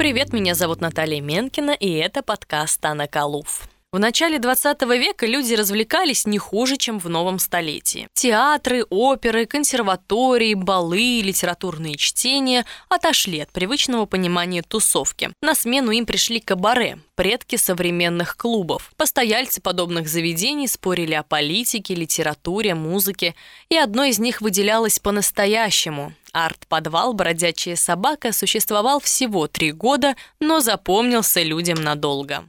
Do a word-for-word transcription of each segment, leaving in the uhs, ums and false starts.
привет, меня зовут Наталья Менкина, и это подкаст «Анна Калуф». В начале двадцатого века люди развлекались не хуже, чем в новом столетии. Театры, оперы, консерватории, балы, литературные чтения отошли от привычного понимания тусовки. На смену им пришли кабаре, предки современных клубов. Постояльцы подобных заведений спорили о политике, литературе, музыке, и одно из них выделялось по-настоящему. Арт-подвал «Бродячая собака» существовал всего три года, но запомнился людям надолго.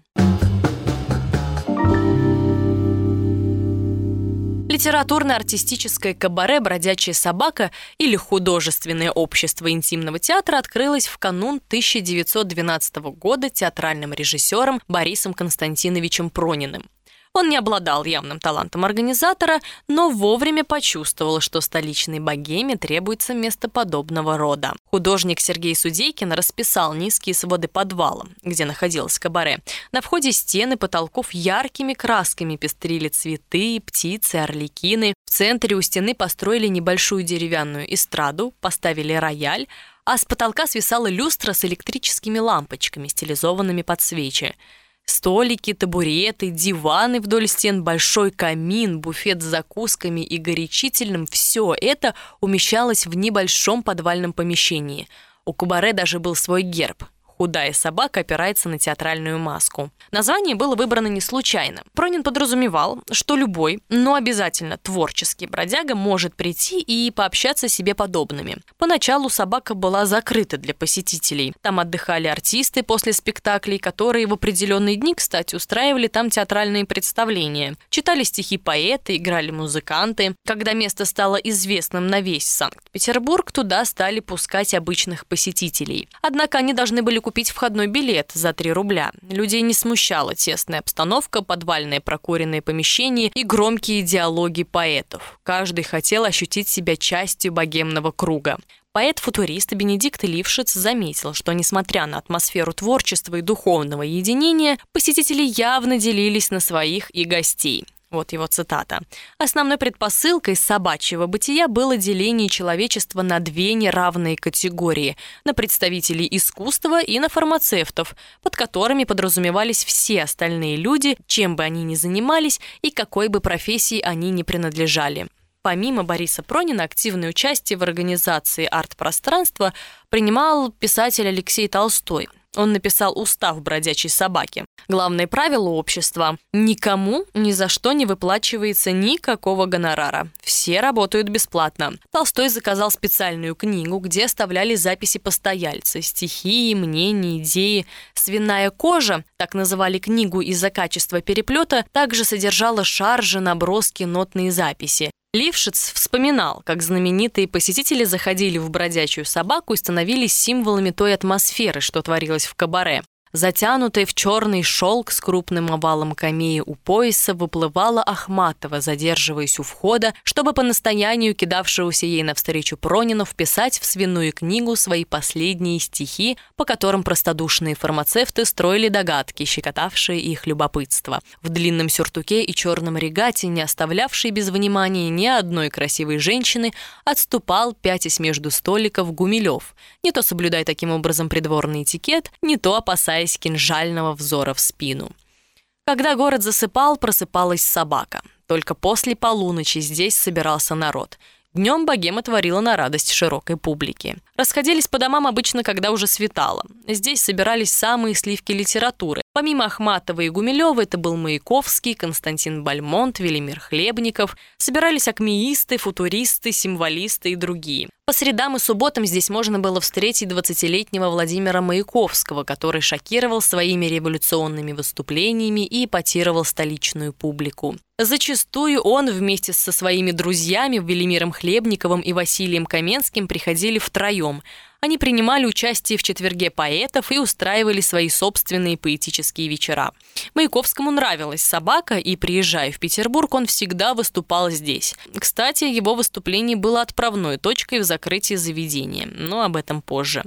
Литературно-артистическое кабаре «Бродячая собака» или художественное общество интимного театра открылось в канун тысяча девятьсот двенадцатого года театральным режиссером Борисом Константиновичем Прониным. Он не обладал явным талантом организатора, но вовремя почувствовал, что столичной богеме требуется место подобного рода. Художник Сергей Судейкин расписал низкие своды подвала, где находилось кабаре. На входе стены потолков яркими красками пестрили цветы, птицы, орликины. В центре у стены построили небольшую деревянную эстраду, поставили рояль, а с потолка свисала люстра с электрическими лампочками, стилизованными под свечи. Столики, табуреты, диваны вдоль стен, большой камин, буфет с закусками и горячительным – все это умещалось в небольшом подвальном помещении. У кабаре даже был свой герб. Худая собака опирается на театральную маску. Название было выбрано не случайно. Пронин подразумевал, что любой, но обязательно творческий бродяга может прийти и пообщаться с себе подобными. Поначалу собака была закрыта для посетителей. Там отдыхали артисты после спектаклей, которые в определенные дни, кстати, устраивали там театральные представления. Читали стихи поэты, играли музыканты. Когда место стало известным на весь Санкт-Петербург, туда стали пускать обычных посетителей. Однако они должны были купить купить входной билет за три рубля. Людей не смущала тесная обстановка, подвальные прокуренные помещения и громкие диалоги поэтов. Каждый хотел ощутить себя частью богемного круга. Поэт-футурист Бенедикт Лившиц заметил, что, несмотря на атмосферу творчества и духовного единения, посетители явно делились на своих и гостей. Вот его цитата. «Основной предпосылкой собачьего бытия было деление человечества на две неравные категории – на представителей искусства и на фармацевтов, под которыми подразумевались все остальные люди, чем бы они ни занимались и какой бы профессии они ни принадлежали». Помимо Бориса Пронина, активное участие в организации арт-пространства принимал писатель Алексей Толстой. Он написал «Устав бродячей собаки». Главное правило общества – никому ни за что не выплачивается никакого гонорара. Все работают бесплатно. Толстой заказал специальную книгу, где оставляли записи постояльцы, стихи, мнения, идеи. «Свиная кожа», так называли книгу из-за качества переплета, также содержала шаржи, наброски, нотные записи. Лившиц вспоминал, как знаменитые посетители заходили в бродячую собаку и становились символами той атмосферы, что творилось в кабаре. Затянутая в черный шелк с крупным овалом камеи у пояса выплывала Ахматова, задерживаясь у входа, чтобы по настоянию кидавшегося ей навстречу Пронину вписать в свиную книгу свои последние стихи, по которым простодушные фармацевты строили догадки, щекотавшие их любопытство. В длинном сюртуке и черном регате, не оставлявший без внимания ни одной красивой женщины, отступал, пятясь между столиков, Гумилев, не то соблюдая таким образом придворный этикет, не то опасаясь кинжального взора в спину. Когда город засыпал, просыпалась собака. Только после полуночи здесь собирался народ. Днем богема творила на радость широкой публике. Расходились по домам обычно, когда уже светало. Здесь собирались самые сливки литературы. Помимо Ахматова и Гумилева, это был Маяковский, Константин Бальмонт, Велимир Хлебников. Собирались акмеисты, футуристы, символисты и другие. По средам и субботам здесь можно было встретить двадцатилетнего Владимира Маяковского, который шокировал своими революционными выступлениями и эпатировал столичную публику. Зачастую он вместе со своими друзьями Велимиром Хлебниковым и Василием Каменским приходили втроем. Они принимали участие в четверге поэтов и устраивали свои собственные поэтические вечера. Маяковскому нравилась собака, и, приезжая в Петербург, он всегда выступал здесь. Кстати, его выступление было отправной точкой в закрытии заведения, но об этом позже.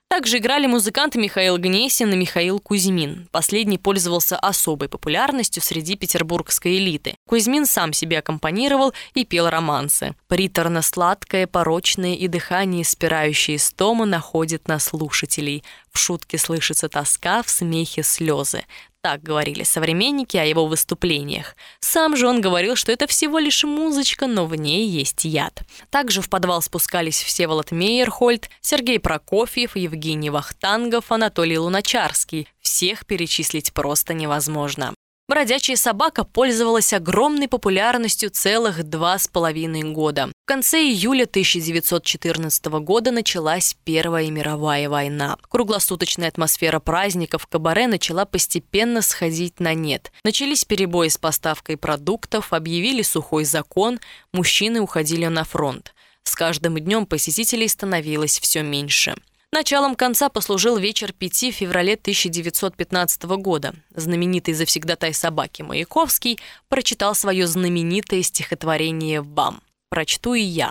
Также играли музыканты Михаил Гнесин и Михаил Кузьмин. Последний пользовался особой популярностью среди петербургской элиты. Кузьмин сам себе аккомпанировал и пел романсы. «Приторно-сладкое, порочное и дыхание, спирающее стома, находит на слушателей. В шутке слышится тоска, в смехе слезы». Так говорили современники о его выступлениях. Сам же он говорил, что это всего лишь музычка, но в ней есть яд. Также в подвал спускались Всеволод Мейерхольд, Сергей Прокофьев, Евгений Вахтангов, Анатолий Луначарский. Всех перечислить просто невозможно. «Бродячая собака» пользовалась огромной популярностью целых два с половиной года. В конце июля тысяча девятьсот четырнадцатого года началась Первая мировая война. Круглосуточная атмосфера праздников в кабаре начала постепенно сходить на нет. Начались перебои с поставкой продуктов, объявили сухой закон, мужчины уходили на фронт. С каждым днем посетителей становилось все меньше. Началом конца послужил вечер пяти в феврале тысяча девятьсот пятнадцатого года. Знаменитый завсегдатай собаки Маяковский прочитал свое знаменитое стихотворение «Вам». Прочту и я.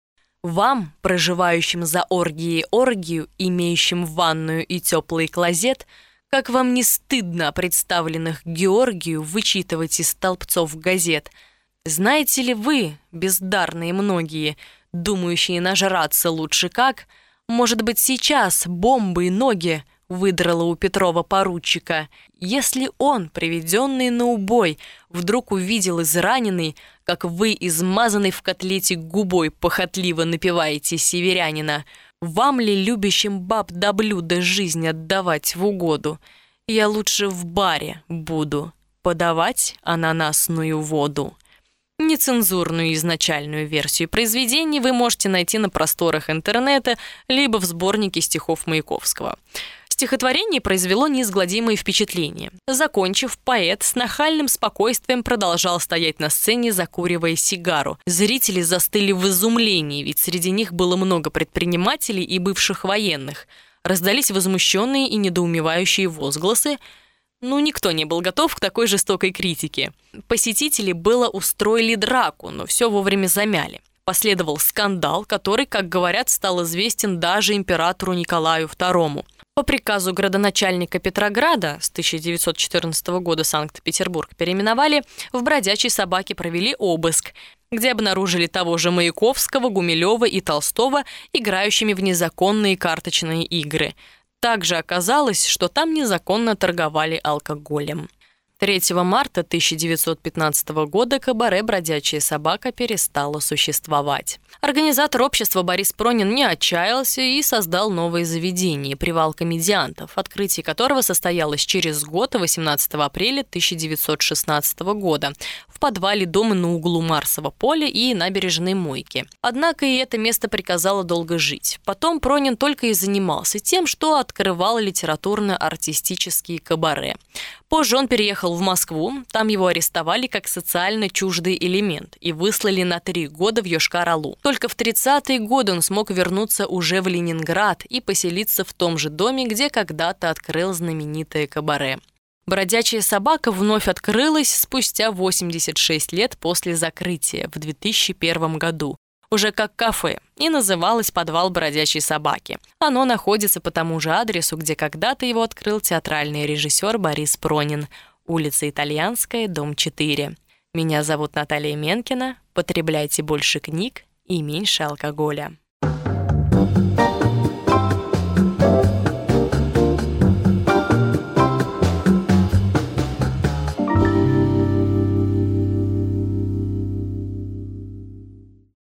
«Вам, проживающим за оргией оргию, имеющим ванную и теплый клозет, как вам не стыдно представленных Георгию вычитывать из столбцов газет? Знаете ли вы, бездарные многие, думающие нажраться лучше как, может быть, сейчас бомбы и ноги выдрала у Петрова поручика. Если он, приведенный на убой, вдруг увидел израненный, как вы, измазанный в котлете губой, похотливо напеваете северянина, вам ли, любящим баб до блюда, жизнь отдавать в угоду? Я лучше в баре буду подавать ананасную воду». Нецензурную изначальную версию произведений вы можете найти на просторах интернета либо в сборнике стихов Маяковского. Стихотворение произвело неизгладимое впечатление. Закончив, поэт с нахальным спокойствием продолжал стоять на сцене, закуривая сигару. Зрители застыли в изумлении, ведь среди них было много предпринимателей и бывших военных. Раздались возмущенные и недоумевающие возгласы. Ну, никто не был готов к такой жестокой критике. Посетители было устроили драку, но все вовремя замяли. Последовал скандал, который, как говорят, стал известен даже императору Николаю второму. По приказу градоначальника Петрограда с тысяча девятьсот четырнадцатого года Санкт-Петербург переименовали, в «Бродячей собаке» провели обыск, где обнаружили того же Маяковского, Гумилева и Толстого, играющими в незаконные карточные игры. Также оказалось, что там незаконно торговали алкоголем. третьего марта тысяча девятьсот пятнадцатого года кабаре «Бродячая собака» перестало существовать. Организатор общества Борис Пронин не отчаялся и создал новое заведение «Привал комедиантов», открытие которого состоялось через год, восемнадцатого апреля тысяча девятьсот шестнадцатого года, в подвале дома на углу Марсового поля и набережной Мойки. Однако и это место приказало долго жить. Потом Пронин только и занимался тем, что открывал литературно-артистические кабаре. Позже он переехал в Москву, там его арестовали как социально чуждый элемент и выслали на три года в Йошкар-Олу. Только в тридцатые годы он смог вернуться уже в Ленинград и поселиться в том же доме, где когда-то открыл знаменитое кабаре. «Бродячая собака» вновь открылась спустя восемьдесят шесть лет после закрытия в две тысячи первом году, уже как кафе, и называлось «Подвал бродячей собаки». Оно находится по тому же адресу, где когда-то его открыл театральный режиссер Борис Пронин, улица Итальянская, дом четыре. Меня зовут Наталья Менкина. Потребляйте больше книг и меньше алкоголя.